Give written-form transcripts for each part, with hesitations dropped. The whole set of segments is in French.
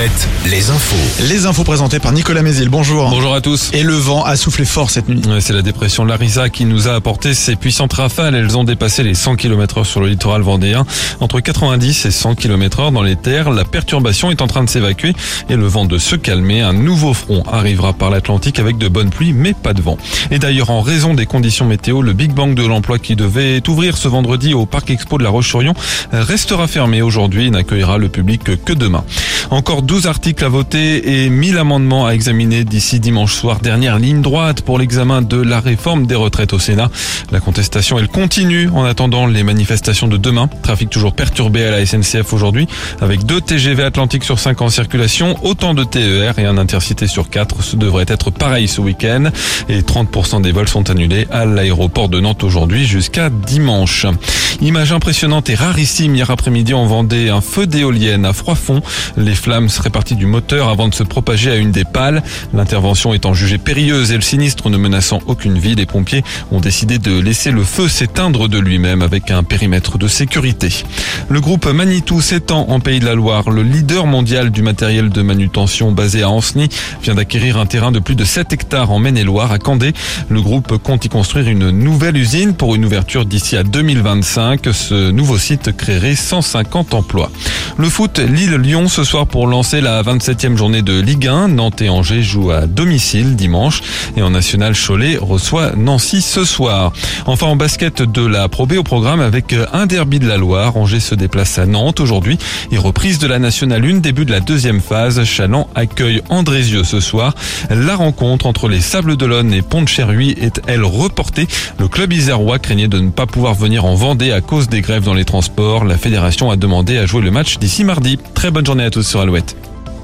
Alouette, les infos. Les infos présentées par Nicolas Mézil. Bonjour. Bonjour à tous. Et le vent a soufflé fort cette nuit. C'est la dépression Larissa qui nous a apporté ces puissantes rafales. Elles ont dépassé les 100 km/h sur le littoral vendéen. Entre 90 et 100 km/h dans les terres, la perturbation est en train de s'évacuer et le vent de se calmer. Un nouveau front arrivera par l'Atlantique avec de bonnes pluies mais pas de vent. Et d'ailleurs, en raison des conditions météo, le Big Bang de l'emploi qui devait ouvrir ce vendredi au Parc Expo de La Roche-sur-Yon restera fermé aujourd'hui et n'accueillera le public que demain. Encore 12 articles à voter et 1000 amendements à examiner d'ici dimanche soir. Dernière ligne droite pour l'examen de la réforme des retraites au Sénat. La contestation, elle continue en attendant les manifestations de demain. Trafic toujours perturbé à la SNCF aujourd'hui avec 2 TGV Atlantique sur 5 en circulation, autant de TER et un Intercité sur 4. Ce devrait être pareil ce week-end et 30% des vols sont annulés à l'aéroport de Nantes aujourd'hui jusqu'à dimanche. Image impressionnante et rarissime hier après-midi en Vendée, un feu d'éolienne à Froidfond. Les flammes seraient parties du moteur avant de se propager à une des pales. L'intervention étant jugée périlleuse et le sinistre ne menaçant aucune vie, les pompiers ont décidé de laisser le feu s'éteindre de lui-même avec un périmètre de sécurité. Le groupe Manitou s'étend en Pays de la Loire. Le leader mondial du matériel de manutention basé à Ancenis vient d'acquérir un terrain de plus de 7 hectares en Maine-et-Loire à Candé. Le groupe compte y construire une nouvelle usine pour une ouverture d'ici à 2025. Ce nouveau site créerait 150 emplois. Le foot, Lille-Lyon ce soir pour lancer la 27e journée de Ligue 1. Nantes et Angers jouent à domicile dimanche et en national, Cholet reçoit Nancy ce soir. Enfin en basket de la Pro B au programme avec un derby de la Loire. Angers se déplace à Nantes aujourd'hui et reprise de la nationale 1, début de la deuxième phase. Chaland accueille Andrézieux ce soir. La rencontre entre les Sables-d'Olonne et Pont-de-Cherhuis est elle reportée. Le club isérois craignait de ne pas pouvoir venir en Vendée à cause des grèves dans les transports. La fédération a demandé à jouer le match d'ici mardi. Très bonne journée à tous sur Alouette.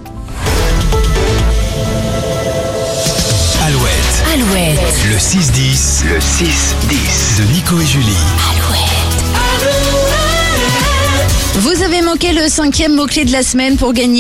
Alouette. Le 6-10. Le 6-10. De Nico et Julie. Vous avez manqué le 5e mot-clé de la semaine pour gagner